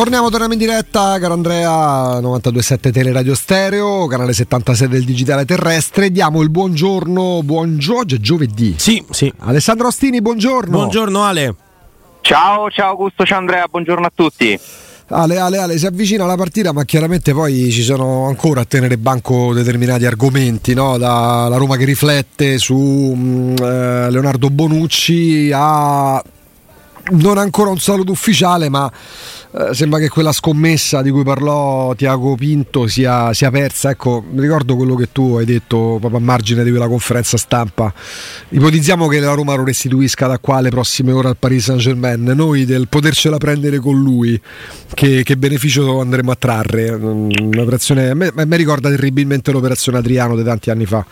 Torniamo in diretta, caro Andrea, 92.7 Teleradio Stereo, canale 76 del digitale terrestre. Diamo il buongiorno, oggi è giovedì. Sì. Alessandro Ostini, buongiorno. Buongiorno Ale. Ciao Augusto, ciao Andrea, buongiorno a tutti. Ale, si avvicina la partita, ma chiaramente poi ci sono ancora a tenere banco determinati argomenti, no? La Roma che riflette su Leonardo Bonucci a non ancora un saluto ufficiale, ma sembra che quella scommessa di cui parlò Tiago Pinto sia persa. Ecco, mi ricordo quello che tu hai detto proprio a margine di quella conferenza stampa. Ipotizziamo che la Roma lo restituisca da qua alle prossime ore al Paris Saint-Germain. Noi del potercela prendere con lui, che beneficio andremo a trarre? Un'operazione, a me ricorda terribilmente l'operazione Adriano di tanti anni fa.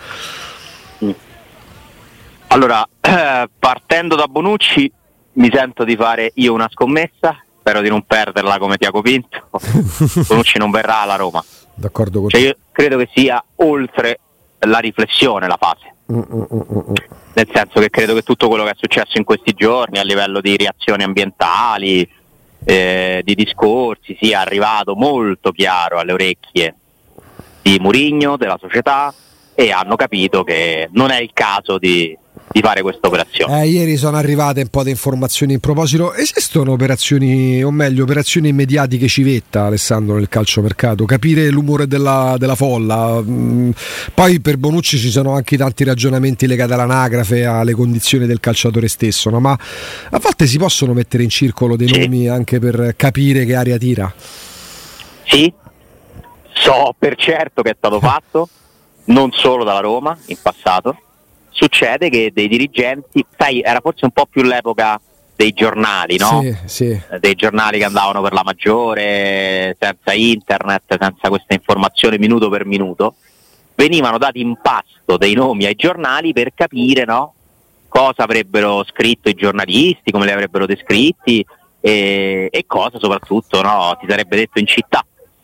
Allora, partendo da Bonucci, mi sento di fare io una scommessa, spero di non perderla come Tiago Pinto. Bonucci non verrà alla Roma. D'accordo con te. Io credo che sia oltre la riflessione la fase. Nel senso che credo che tutto quello che è successo in questi giorni a livello di reazioni ambientali, di discorsi, sia arrivato molto chiaro alle orecchie di Mourinho, della società, e hanno capito che non è il caso di fare questa operazione. Ieri sono arrivate un po' di informazioni in proposito. Esistono operazioni, o meglio operazioni mediatiche civetta, Alessandro, nel calciomercato? Capire l'umore della folla. Poi per Bonucci ci sono anche tanti ragionamenti legati all'anagrafe, alle condizioni del calciatore stesso, no? Ma a volte si possono mettere in circolo dei nomi anche per capire che aria tira? Sì, so per certo che è stato fatto, non solo dalla Roma in passato. Succede che dei dirigenti, sai, era forse un po' più l'epoca dei giornali, no? Sì. Dei giornali che andavano per la maggiore, senza internet, senza queste informazioni minuto per minuto. Venivano dati in pasto dei nomi ai giornali per capire, no? Cosa avrebbero scritto i giornalisti, come li avrebbero descritti e cosa soprattutto, no, ti sarebbe detto in città.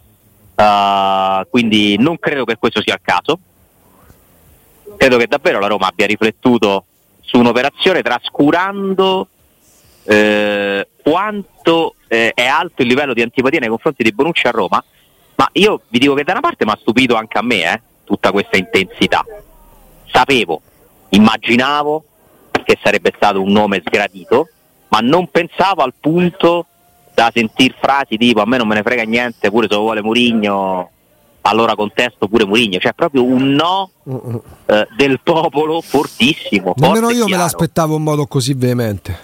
Quindi non credo che questo sia il caso. Credo che davvero la Roma abbia riflettuto su un'operazione trascurando quanto è alto il livello di antipatia nei confronti di Bonucci a Roma, ma io vi dico che da una parte mi ha stupito anche a me tutta questa intensità. Sapevo, immaginavo che sarebbe stato un nome sgradito, ma non pensavo al punto da sentir frasi tipo a me non me ne frega niente, pure se lo vuole Mourinho, allora contesto pure Mourinho, cioè proprio un no del popolo fortissimo. Nemmeno io chiaro. me l'aspettavo in modo così veemente.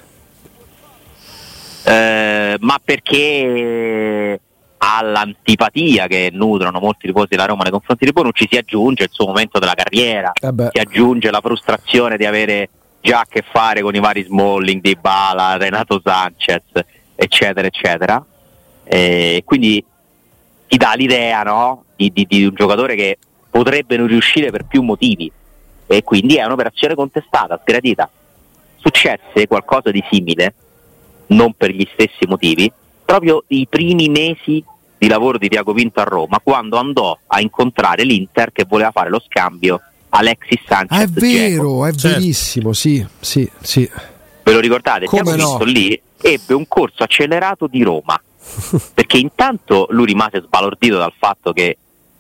Ma perché all'antipatia che nutrono molti tifosi della Roma nei confronti di Bonucci si aggiunge il suo momento della carriera, si aggiunge la frustrazione di avere già a che fare con i vari Smalling, Dybala, Renato Sanchez, eccetera eccetera, quindi ti dà l'idea, no, di un giocatore che potrebbe non riuscire per più motivi, e quindi è un'operazione contestata, sgradita. Successe qualcosa di simile, non per gli stessi motivi, proprio i primi mesi di lavoro di Tiago Pinto a Roma, quando andò a incontrare l'Inter che voleva fare lo scambio Alexis Sanchez. È vero, è certo. verissimo, sì. Ve lo ricordate? Come Tiago no? Pinto lì ebbe un corso accelerato di Roma, perché intanto lui rimase sbalordito dal fatto che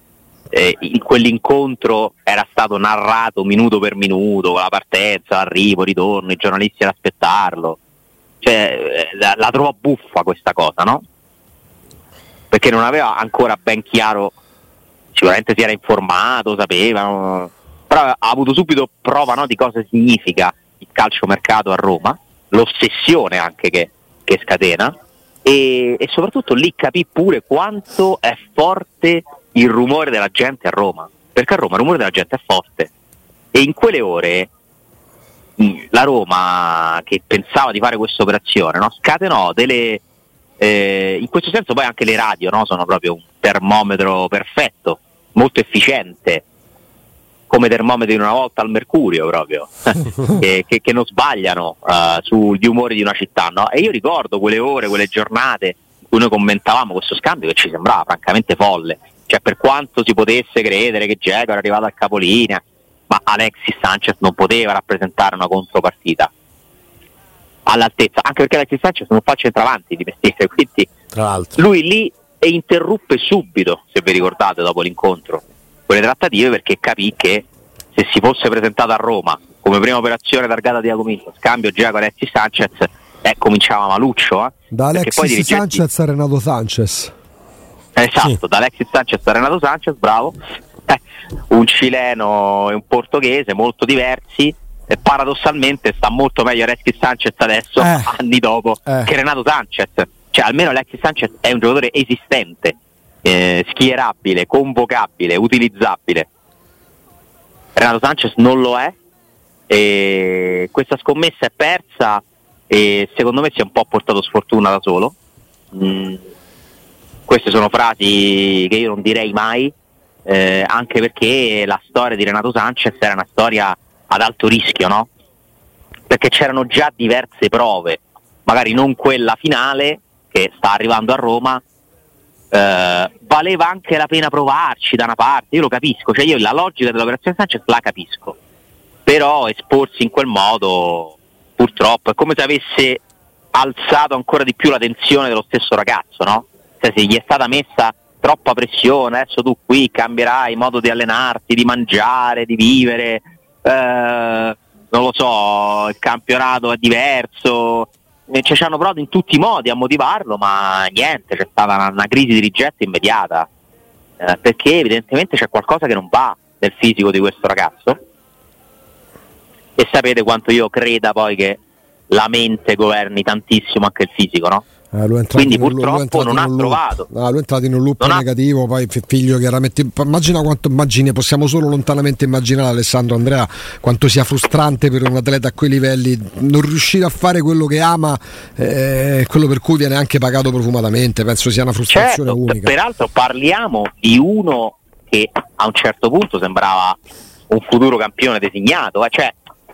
quell'incontro era stato narrato minuto per minuto, con la partenza, l'arrivo, il ritorno, i giornalisti ad aspettarlo, cioè la trovò buffa questa cosa, no? Perché non aveva ancora ben chiaro, sicuramente si era informato, sapeva, no? Però ha avuto subito prova, no, di cosa significa il calciomercato a Roma, l'ossessione anche che scatena, e soprattutto lì capì pure quanto è forte il rumore della gente a Roma, perché a Roma il rumore della gente è forte, e in quelle ore la Roma, che pensava di fare questa operazione, no, scatenò delle in questo senso poi anche le radio, no, sono proprio un termometro perfetto, molto efficiente, come termometri di una volta al Mercurio proprio, che non sbagliano sugli umori di una città, no? E io ricordo quelle ore, quelle giornate in cui noi commentavamo questo scambio che ci sembrava francamente folle, cioè per quanto si potesse credere che Dzeko era arrivato al capolinea, ma Alexis Sanchez non poteva rappresentare una contropartita all'altezza, anche perché Alexis Sanchez non fa centravanti di mestiere, quindi tra l'altro. Lui lì e interruppe subito, se vi ricordate, dopo l'incontro, quelle trattative, perché capì che se si fosse presentato a Roma come prima operazione targata Thiago Pinto, scambio Dzeko Alexis Sanchez, cominciava maluccio. Da Alexis Sanchez a Renato Sanchez. Esatto, sì. Da Alexis Sanchez a Renato Sanchez, bravo. Un cileno e un portoghese molto diversi, e paradossalmente sta molto meglio Alexis Sanchez adesso, anni dopo, che Renato Sanchez. Cioè almeno Alexis Sanchez è un giocatore esistente, schierabile, convocabile, utilizzabile. Renato Sanchez non lo è, e questa scommessa è persa e secondo me si è un po' portato sfortuna da solo. Queste sono frasi che io non direi mai, anche perché la storia di Renato Sanchez era una storia ad alto rischio, no? Perché c'erano già diverse prove, magari non quella finale che sta arrivando a Roma, valeva anche la pena provarci da una parte, io lo capisco, cioè io la logica dell'operazione Sanchez la capisco, però esporsi in quel modo purtroppo è come se avesse alzato ancora di più la tensione dello stesso ragazzo, no? Cioè se gli è stata messa troppa pressione, adesso tu qui cambierai modo di allenarti, di mangiare, di vivere, non lo so, il campionato è diverso, ci hanno provato in tutti i modi a motivarlo, ma niente, c'è stata una crisi di rigetto immediata, perché evidentemente c'è qualcosa che non va nel fisico di questo ragazzo, e sapete quanto io creda poi che la mente governi tantissimo anche il fisico, no? Quindi purtroppo non ha trovato. Lui è entrato in un loop negativo, poi figlio chiaramente. Immagini, possiamo solo lontanamente immaginare, Alessandro, Andrea, quanto sia frustrante per un atleta a quei livelli non riuscire a fare quello che ama, quello per cui viene anche pagato profumatamente. Penso sia una frustrazione unica. Peraltro parliamo di uno che a un certo punto sembrava un futuro campione designato, cioè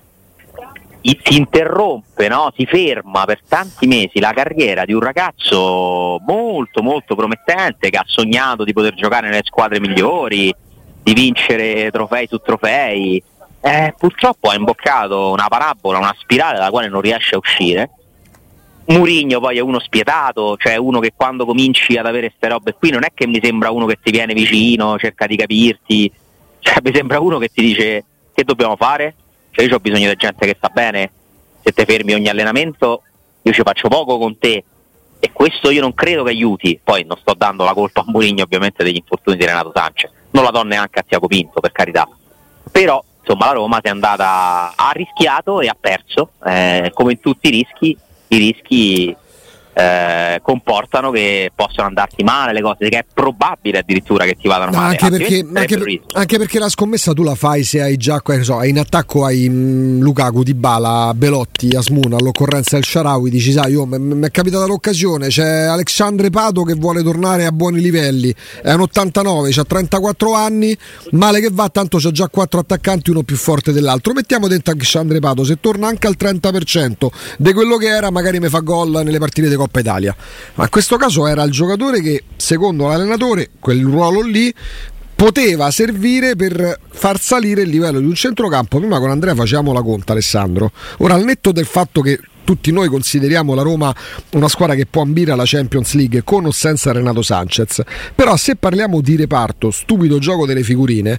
si interrompe, no? Si ferma per tanti mesi la carriera di un ragazzo molto molto promettente, che ha sognato di poter giocare nelle squadre migliori, di vincere trofei su trofei, purtroppo ha imboccato una parabola, una spirale dalla quale non riesce a uscire. Mourinho poi è uno spietato, cioè uno che quando cominci ad avere ste robe qui non è che mi sembra uno che ti viene vicino, cerca di capirti, cioè mi sembra uno che ti dice che dobbiamo fare. Cioè io ho bisogno di gente che sta bene, se te fermi ogni allenamento io ci faccio poco con te, e questo io non credo che aiuti. Poi non sto dando la colpa a Mourinho ovviamente degli infortuni di Renato Sanchez, non la do neanche a Thiago Pinto, per carità, però insomma la Roma si è andata, ha rischiato e ha perso, come in tutti i rischi comportano che possono andarti male le cose, che è probabile addirittura che ti vadano male, anche perché la scommessa tu la fai se hai già, hai in attacco hai Lukaku, Dybala, Belotti, Asmouna, all'occorrenza del Shaarawy, dici sai, mi è capitata l'occasione, c'è Alexandre Pato che vuole tornare a buoni livelli, è un 89, c'ha 34 anni, male che va, tanto c'ha già 4 attaccanti, uno più forte dell'altro, mettiamo dentro Alexandre Pato, se torna anche al 30% di quello che era, magari mi fa gol nelle partite di Coppa Italia. Ma in questo caso era il giocatore che secondo l'allenatore quel ruolo lì poteva servire per far salire il livello di un centrocampo. Prima con Andrea facevamo la conta, Alessandro, ora al netto del fatto che tutti noi consideriamo la Roma una squadra che può ambire alla Champions League con o senza Renato Sanchez, però se parliamo di reparto, stupido gioco delle figurine,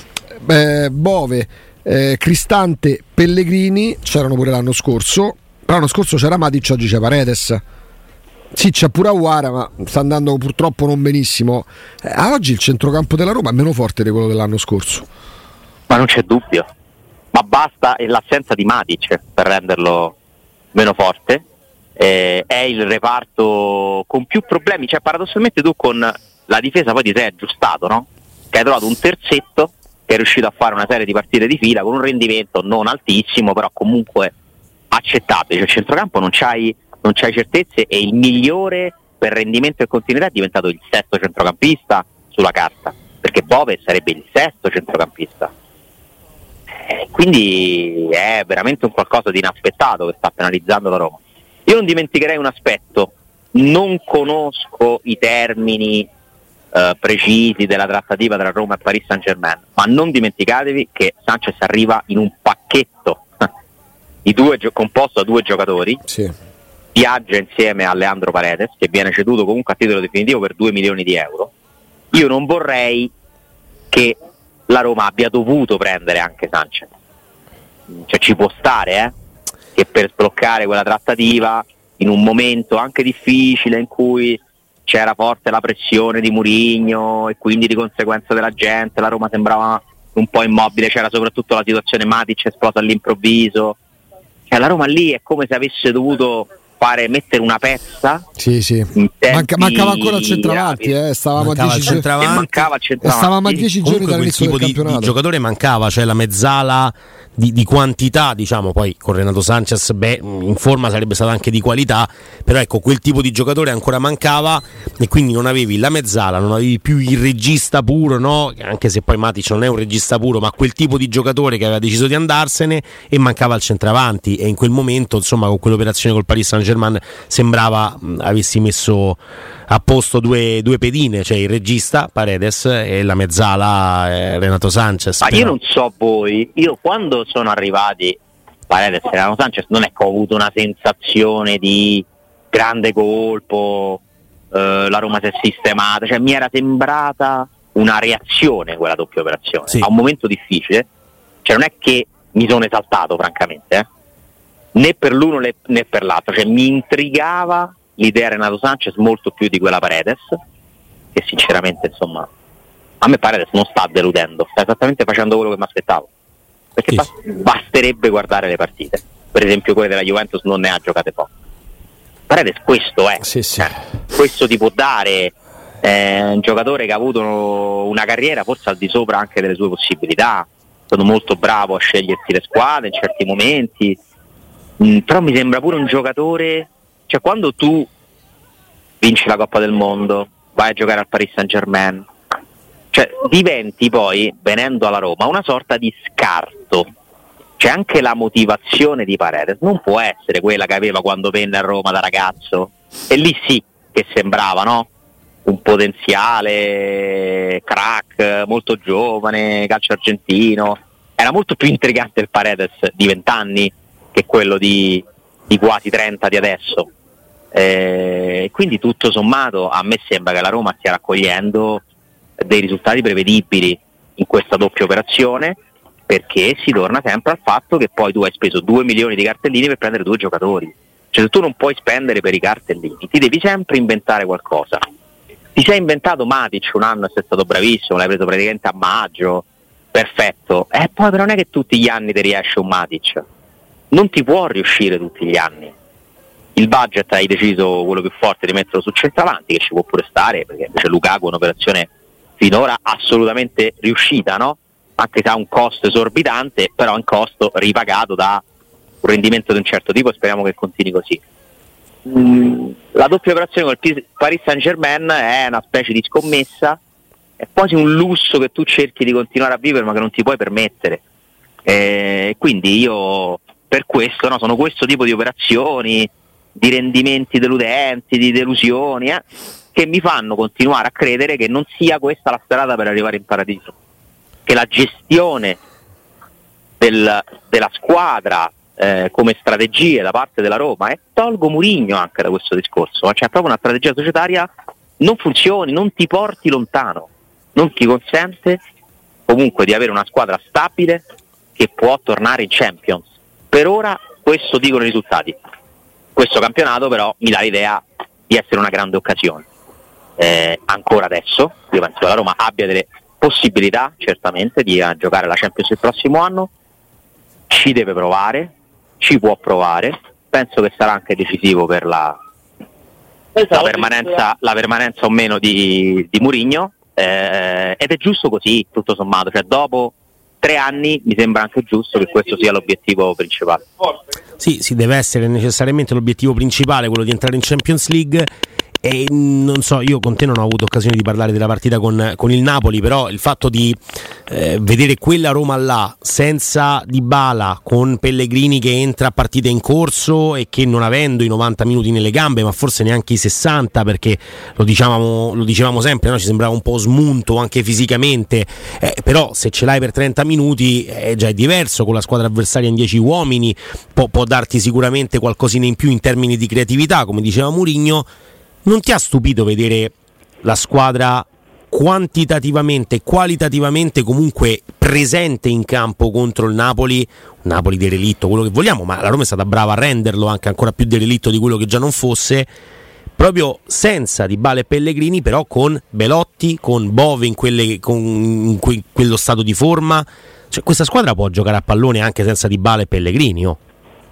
Bove, Cristante, Pellegrini c'erano pure l'anno scorso. L'anno scorso c'era Matic, oggi c'è Paredes. Sì, c'è pure Aouara, ma sta andando purtroppo non benissimo. Oggi il centrocampo della Roma è meno forte di quello dell'anno scorso. Ma non c'è dubbio. Ma basta l'assenza di Matic per renderlo meno forte. È il reparto con più problemi. Cioè, paradossalmente tu con la difesa poi ti sei aggiustato, no? Che hai trovato un terzetto che è riuscito a fare una serie di partite di fila con un rendimento non altissimo, però comunque accettabile. Cioè il centrocampo non c'hai certezze, e il migliore per rendimento e continuità è diventato il sesto centrocampista sulla carta, perché Bove sarebbe il sesto centrocampista, quindi è veramente un qualcosa di inaspettato che sta penalizzando la Roma. Io non dimenticherei un aspetto: non conosco i termini precisi della trattativa tra Roma e Paris Saint-Germain, ma non dimenticatevi che Sanchez arriva in un pacchetto composto da 2 giocatori, sì, viaggia insieme a Leandro Paredes, che viene ceduto comunque a titolo definitivo per 2 milioni di euro. Io non vorrei che la Roma abbia dovuto prendere anche Sanchez, cioè ci può stare che per sbloccare quella trattativa in un momento anche difficile in cui c'era forte la pressione di Mourinho e quindi di conseguenza della gente, la Roma sembrava un po' immobile, c'era soprattutto la situazione Matic esplosa all'improvviso, la Roma lì è come se avesse dovuto mettere una pezza. Sì. Mancava ancora il centravanti, stavamo a 10 giorni dall'inizio del campionato. Di giocatore mancava, cioè la mezzala di quantità, diciamo, poi con Renato Sanchez in forma sarebbe stata anche di qualità, però ecco, quel tipo di giocatore ancora mancava e quindi non avevi la mezzala, non avevi più il regista puro, no? Anche se poi Matic non è un regista puro, ma quel tipo di giocatore che aveva deciso di andarsene, e mancava il centravanti, e in quel momento, insomma, con quell'operazione col Paris Saint-Germain sembrava avessi messo a posto due pedine, cioè il regista Paredes e la mezzala Renato Sanchez. Ma io non so voi, io quando sono arrivati Paredes e Renato Sanchez non è che ho avuto una sensazione di grande colpo, la Roma si è sistemata, cioè mi era sembrata una reazione quella doppia operazione, sì, a un momento difficile, cioè non è che mi sono esaltato francamente, né per l'uno né per l'altro, cioè mi intrigava l'idea Renato Sanchez molto più di quella Paredes, che sinceramente, insomma, a me Paredes non sta deludendo, sta esattamente facendo quello che mi aspettavo, perché basterebbe guardare le partite, per esempio quelle della Juventus non ne ha giocate poco. Paredes questo è, questo ti può dare un giocatore che ha avuto una carriera forse al di sopra anche delle sue possibilità, è stato molto bravo a scegliersi le squadre in certi momenti, però mi sembra pure un giocatore, cioè quando tu vinci la Coppa del Mondo, vai a giocare al Paris Saint-Germain, cioè diventi poi, venendo alla Roma, una sorta di scarto, cioè anche la motivazione di Paredes non può essere quella che aveva quando venne a Roma da ragazzo, e lì sì che sembrava, no? Un potenziale crack, molto giovane, calcio argentino, era molto più intrigante il Paredes di 20 anni che quello di quasi 30 di adesso, quindi tutto sommato a me sembra che la Roma stia raccogliendo dei risultati prevedibili in questa doppia operazione, perché si torna sempre al fatto che poi tu hai speso 2 milioni di cartellini per prendere 2 giocatori, cioè se tu non puoi spendere per i cartellini ti devi sempre inventare qualcosa. Ti sei inventato Matic un anno e sei stato bravissimo, l'hai preso praticamente a maggio, perfetto, e poi però non è che tutti gli anni ti riesce un Matic, non ti può riuscire tutti gli anni. Il budget hai deciso quello più forte di metterlo su centravanti, che ci può pure stare, perché invece Lukaku è un'operazione finora assolutamente riuscita, no? Anche se ha un costo esorbitante, però è un costo ripagato da un rendimento di un certo tipo, e speriamo che continui così. La doppia operazione col Paris Saint-Germain è una specie di scommessa, è quasi un lusso che tu cerchi di continuare a vivere ma che non ti puoi permettere, quindi io per questo, no, sono questo tipo di operazioni, di rendimenti deludenti, di delusioni, che mi fanno continuare a credere che non sia questa la strada per arrivare in paradiso, che la gestione della squadra come strategie da parte della Roma, e tolgo Mourinho anche da questo discorso, cioè proprio una strategia societaria non funzioni, non ti porti lontano, non ti consente comunque di avere una squadra stabile che può tornare in Champions. Per ora questo dicono i risultati. Questo campionato però mi dà l'idea di essere una grande occasione. Ancora adesso io penso che la Roma abbia delle possibilità certamente di giocare la Champions il prossimo anno, ci deve provare, ci può provare, penso che sarà anche decisivo per la permanenza o meno di Mourinho, ed è giusto così tutto sommato, cioè dopo 3 anni mi sembra anche giusto che questo sia l'obiettivo principale. Sì, deve essere necessariamente l'obiettivo principale quello di entrare in Champions League, E non so, io con te non ho avuto occasione di parlare della partita con il Napoli, però il fatto di vedere quella Roma là senza Dybala, con Pellegrini che entra a partita in corso e che non avendo i 90 minuti nelle gambe, ma forse neanche i 60, perché lo dicevamo sempre, no? Ci sembrava un po' smunto anche fisicamente, però se ce l'hai per 30 minuti già è diverso, con la squadra avversaria in 10 uomini può darti sicuramente qualcosina in più in termini di creatività, come diceva Mourinho. Non ti ha stupito vedere la squadra quantitativamente e qualitativamente comunque presente in campo contro il Napoli derelitto, quello che vogliamo, ma la Roma è stata brava a renderlo anche ancora più derelitto di quello che già non fosse, proprio senza Dybala e Pellegrini, però con Belotti, con Bove in quello stato di forma. Cioè, questa squadra può giocare a pallone anche senza Dybala e Pellegrini, oh.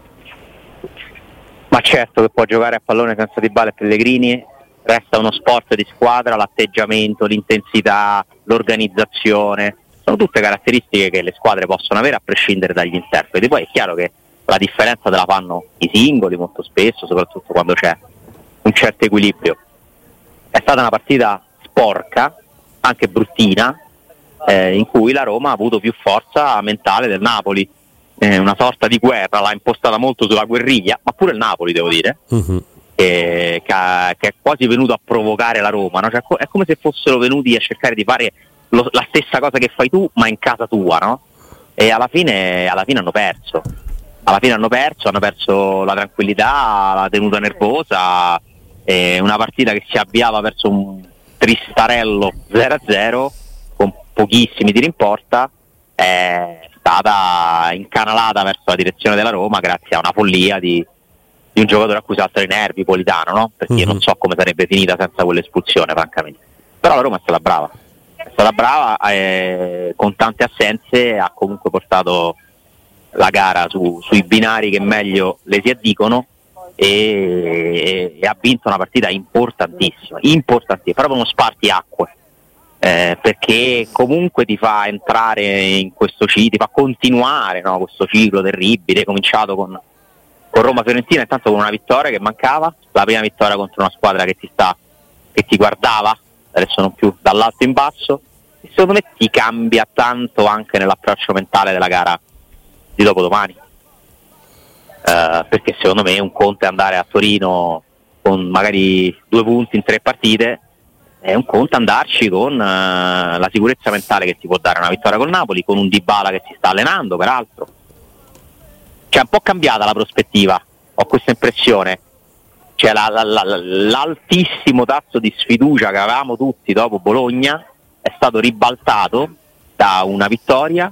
Ma certo che può giocare a pallone senza Dybala e Pellegrini, resta uno sport di squadra, l'atteggiamento, l'intensità, l'organizzazione, sono tutte caratteristiche che le squadre possono avere a prescindere dagli interpreti. Poi è chiaro che la differenza te la fanno i singoli molto spesso, soprattutto quando c'è un certo equilibrio. È stata una partita sporca, anche bruttina, in cui la Roma ha avuto più forza mentale del Napoli. Una sorta di guerra, l'ha impostata molto sulla guerriglia, ma pure il Napoli, devo dire, che è quasi venuto a provocare la Roma, no? Cioè, è come se fossero venuti a cercare di fare la stessa cosa che fai tu, ma in casa tua, no? E alla fine hanno perso. Hanno perso la tranquillità, la tenuta nervosa, una partita che si avviava verso un tristarello 0-0 con pochissimi tiri in porta. È stata incanalata verso la direzione della Roma grazie a una follia di un giocatore a cui saltano i nervi, Politano, no? Perché io non so come sarebbe finita senza quell'espulsione, francamente. Però la Roma è stata brava, con tante assenze ha comunque portato la gara sui binari che meglio le si addicono e ha vinto una partita importantissima, proprio uno spartiacque. Perché comunque ti fa entrare in questo ciclo, ti fa continuare, no, questo ciclo terribile cominciato con Roma-Fiorentina, intanto con una vittoria che mancava, la prima vittoria contro una squadra che ti guardava, adesso non più dall'alto in basso, e secondo me ti cambia tanto anche nell'approccio mentale della gara di dopodomani, perché secondo me un conto è andare a Torino con magari 2 punti in 3 partite, è un conto andarci con la sicurezza mentale che ti può dare una vittoria col Napoli, con un Dybala che si sta allenando peraltro. Cioè, è un po' cambiata la prospettiva, ho questa impressione. Cioè, l'altissimo tasso di sfiducia che avevamo tutti dopo Bologna è stato ribaltato da una vittoria,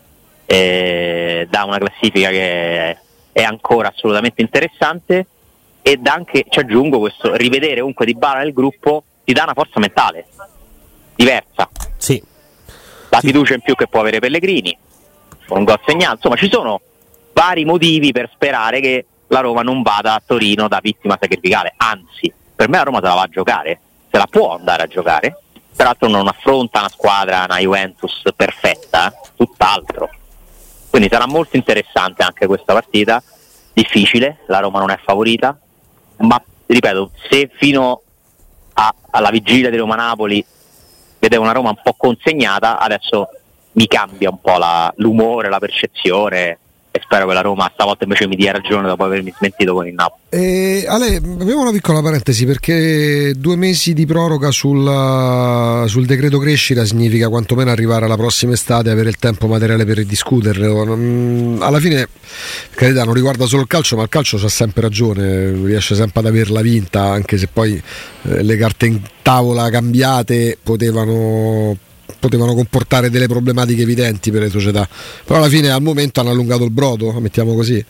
da una classifica che è ancora assolutamente interessante, ed anche, ci aggiungo, questo rivedere comunque Dybala nel gruppo ti dà una forza mentale diversa. Sì. La fiducia in più che può avere Pellegrini, con un gol segnato, insomma ci sono vari motivi per sperare che la Roma non vada a Torino da vittima sacrificale, anzi per me la Roma se la va a giocare, se la può andare a giocare, peraltro non affronta una squadra, una Juventus perfetta, tutt'altro, quindi sarà molto interessante anche questa partita, difficile, la Roma non è favorita, ma ripeto, se fino alla vigilia di Roma-Napoli vedevo una Roma un po' consegnata, adesso mi cambia un po' l'umore, la percezione, e spero che la Roma stavolta invece mi dia ragione dopo avermi smentito con il Napoli. Ale, abbiamo una piccola parentesi, perché 2 mesi di proroga sul decreto crescita significa quantomeno arrivare alla prossima estate e avere il tempo materiale per ridiscuterlo. Alla fine, per carità, non riguarda solo il calcio, ma il calcio c'ha sempre ragione, riesce sempre ad averla vinta, anche se poi le carte in tavola cambiate potevano comportare delle problematiche evidenti per le società, però alla fine al momento hanno allungato il brodo, mettiamo così.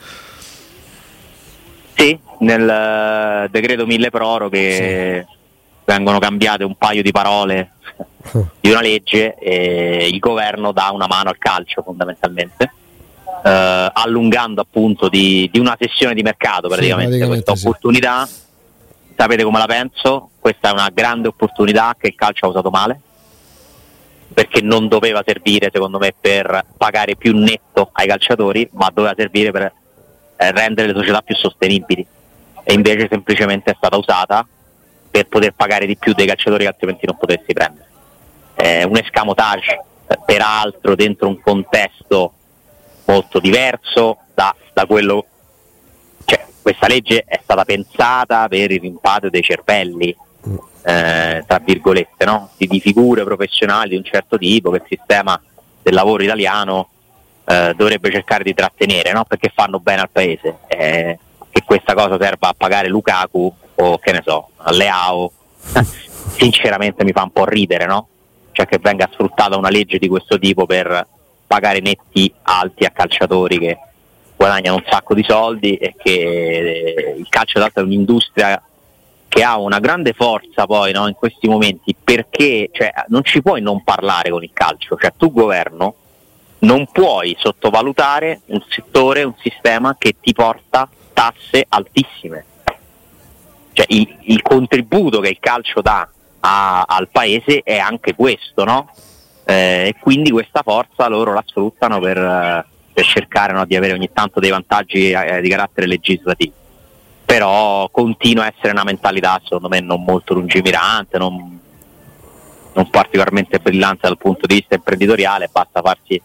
Sì, nel decreto 1000 proroghe vengono cambiate un paio di parole di una legge e il governo dà una mano al calcio fondamentalmente, allungando appunto di una sessione di mercato praticamente questa opportunità. Sapete come la penso? Questa è una grande opportunità che il calcio ha usato male, perché non doveva servire secondo me per pagare più netto ai calciatori, ma doveva servire per rendere le società più sostenibili, e invece semplicemente è stata usata per poter pagare di più dei calciatori che altrimenti non potresti prendere. Un escamotage, peraltro dentro un contesto molto diverso da quello, cioè questa legge è stata pensata per il rimpatrio dei cervelli, tra virgolette, no? di figure professionali di un certo tipo che il sistema del lavoro italiano dovrebbe cercare di trattenere, no? Perché fanno bene al paese. Che questa cosa serva a pagare Lukaku o che ne so, a Leao sinceramente mi fa un po' ridere, no? Cioè che venga sfruttata una legge di questo tipo per pagare netti alti a calciatori che guadagnano un sacco di soldi, e che il calcio d'altro è un'industria che ha una grande forza poi, no, in questi momenti, perché cioè, non ci puoi non parlare con il calcio, cioè tu governo non puoi sottovalutare un settore, un sistema che ti porta tasse altissime, cioè il contributo che il calcio dà al paese è anche questo, no? E quindi questa forza loro la sfruttano per cercare, no, di avere ogni tanto dei vantaggi di carattere legislativo, però continua a essere una mentalità secondo me non molto lungimirante, non particolarmente brillante dal punto di vista imprenditoriale. Basta farsi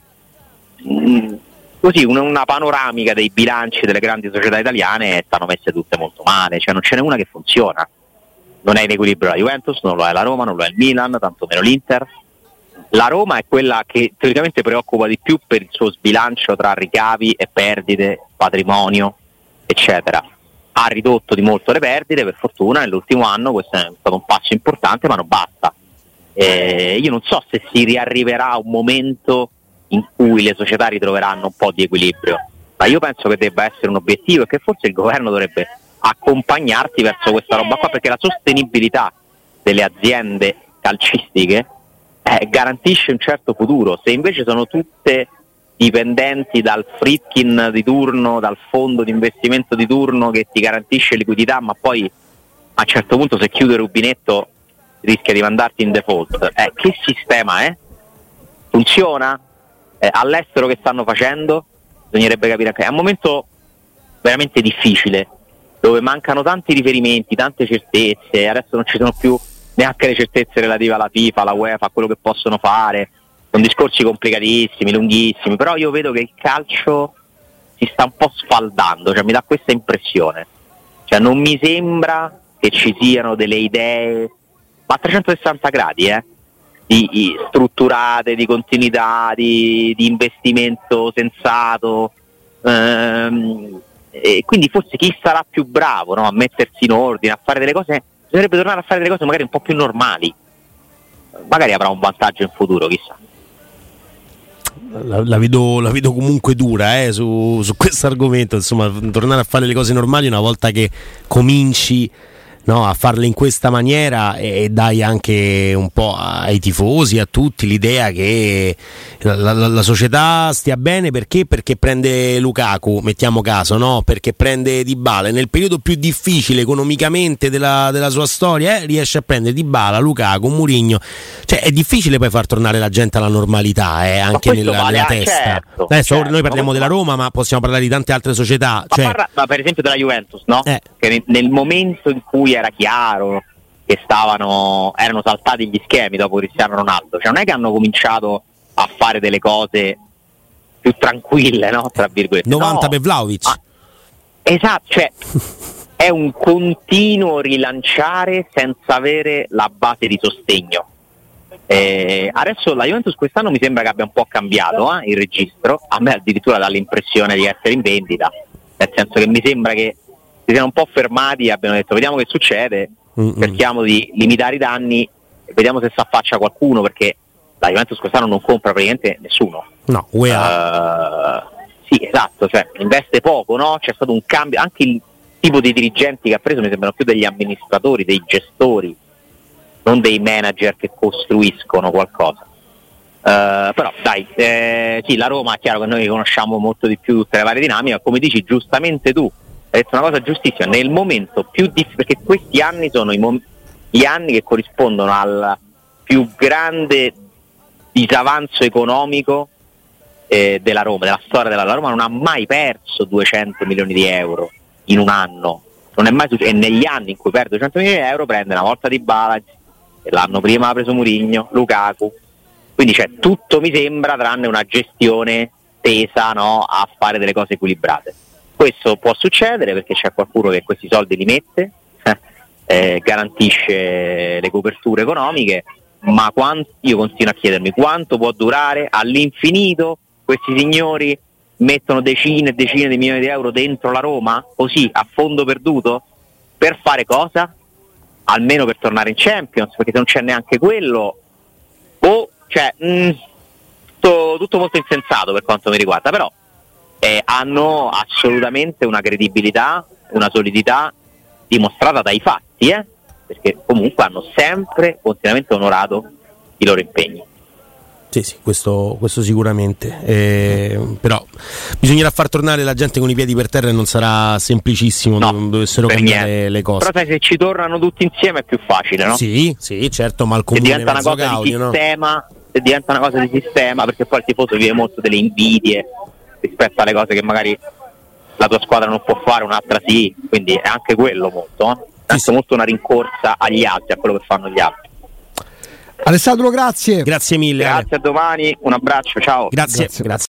così una panoramica dei bilanci delle grandi società italiane e stanno messe tutte molto male, cioè non ce n'è una che funziona, non è in equilibrio la Juventus, non lo è la Roma, non lo è il Milan, tanto meno l'Inter. La Roma è quella che teoricamente preoccupa di più per il suo sbilancio tra ricavi e perdite, patrimonio eccetera. Ha ridotto di molto le perdite, per fortuna nell'ultimo anno questo è stato un passo importante, ma non basta. Io non so se si riarriverà a un momento in cui le società ritroveranno un po' di equilibrio, ma io penso che debba essere un obiettivo e che forse il governo dovrebbe accompagnarti verso questa roba qua, perché la sostenibilità delle aziende calcistiche garantisce un certo futuro. Se invece sono tutte dipendenti dal Friedkin di turno, dal fondo di investimento di turno che ti garantisce liquidità, ma poi a un certo punto se chiude il rubinetto rischia di mandarti in default, che sistema è? Funziona? All'estero che stanno facendo? Bisognerebbe capire anche. È un momento veramente difficile, dove mancano tanti riferimenti, tante certezze. Adesso non ci sono più neanche le certezze relative alla FIFA, alla UEFA, a quello che possono fare. Sono discorsi complicatissimi, lunghissimi, però io vedo che il calcio si sta un po' sfaldando, cioè mi dà questa impressione. Cioè non mi sembra che ci siano delle idee, ma a 360 gradi, di strutturate, di continuità, di investimento sensato, e quindi forse chi sarà più bravo, no, a mettersi in ordine, a fare delle cose, bisognerebbe tornare a fare delle cose magari un po' più normali, magari avrà un vantaggio in futuro, chissà. La vedo comunque dura su questo argomento, insomma, tornare a fare le cose normali una volta che cominci, no, a farle in questa maniera, e dai anche un po' ai tifosi, a tutti, l'idea che la società stia bene perché prende Lukaku, mettiamo caso, no? Perché prende Dybala nel periodo più difficile economicamente della sua storia, riesce a prendere Dybala, Lukaku, Mourinho, cioè è difficile poi far tornare la gente alla normalità, anche nella testa. Certo, adesso certo, noi parliamo della Roma, ma possiamo parlare di tante altre società, ma per esempio della Juventus, no? Che nel momento in cui era chiaro che erano saltati gli schemi dopo Cristiano Ronaldo, cioè non è che hanno cominciato a fare delle cose più tranquille, no? Tra virgolette. 90 per Vlahovic. Esatto, cioè è un continuo rilanciare senza avere la base di sostegno. Adesso la Juventus quest'anno mi sembra che abbia un po' cambiato il registro, a me addirittura dà l'impressione di essere in vendita, nel senso che mi sembra che si siano un po' fermati e abbiano detto vediamo che succede, cerchiamo di limitare i danni e vediamo se si affaccia qualcuno, perché la Juventus quest'anno non compra praticamente nessuno. No, sì, esatto, cioè investe poco, no? C'è stato un cambio, anche il tipo di dirigenti che ha preso mi sembrano più degli amministratori, dei gestori, non dei manager che costruiscono qualcosa. Però dai, sì, la Roma è chiaro che noi conosciamo molto di più tutte le varie dinamiche, come dici giustamente tu, hai detto una cosa giustissima, nel momento più difficile, perché questi anni sono gli anni che corrispondono al più grande disavanzo economico della Roma, della storia della Roma. Non ha mai perso 200 milioni di euro in un anno, non è mai successo, e negli anni in cui perde 200.000 euro prende una volta di Balaz, e l'anno prima ha preso Mourinho, Lukaku, quindi tutto mi sembra tranne una gestione tesa, no, a fare delle cose equilibrate. Questo può succedere perché c'è qualcuno che questi soldi li mette, garantisce le coperture economiche, ma io continuo a chiedermi quanto può durare all'infinito. Questi signori mettono decine e decine di milioni di euro dentro la Roma, così a fondo perduto, per fare cosa? Almeno per tornare in Champions, perché se non c'è neanche quello, tutto molto insensato per quanto mi riguarda, però hanno assolutamente una credibilità, una solidità dimostrata dai fatti, perché comunque hanno sempre continuamente onorato i loro impegni. Sì, questo sicuramente, però bisognerà far tornare la gente con i piedi per terra e non sarà semplicissimo, non dovessero cambiare le cose. Però sai, se ci tornano tutti insieme è più facile, no? Sì, certo, ma il comune diventa una cosa Gaudio, di sistema, no? Se diventa una cosa di sistema, perché poi il tifoso vive molto delle invidie rispetto alle cose che magari la tua squadra non può fare, un'altra sì, quindi è anche quello molto, è anche molto una rincorsa agli altri, a quello che fanno gli altri. Alessandro, grazie. Grazie mille. Grazie, a domani, un abbraccio, ciao. Grazie.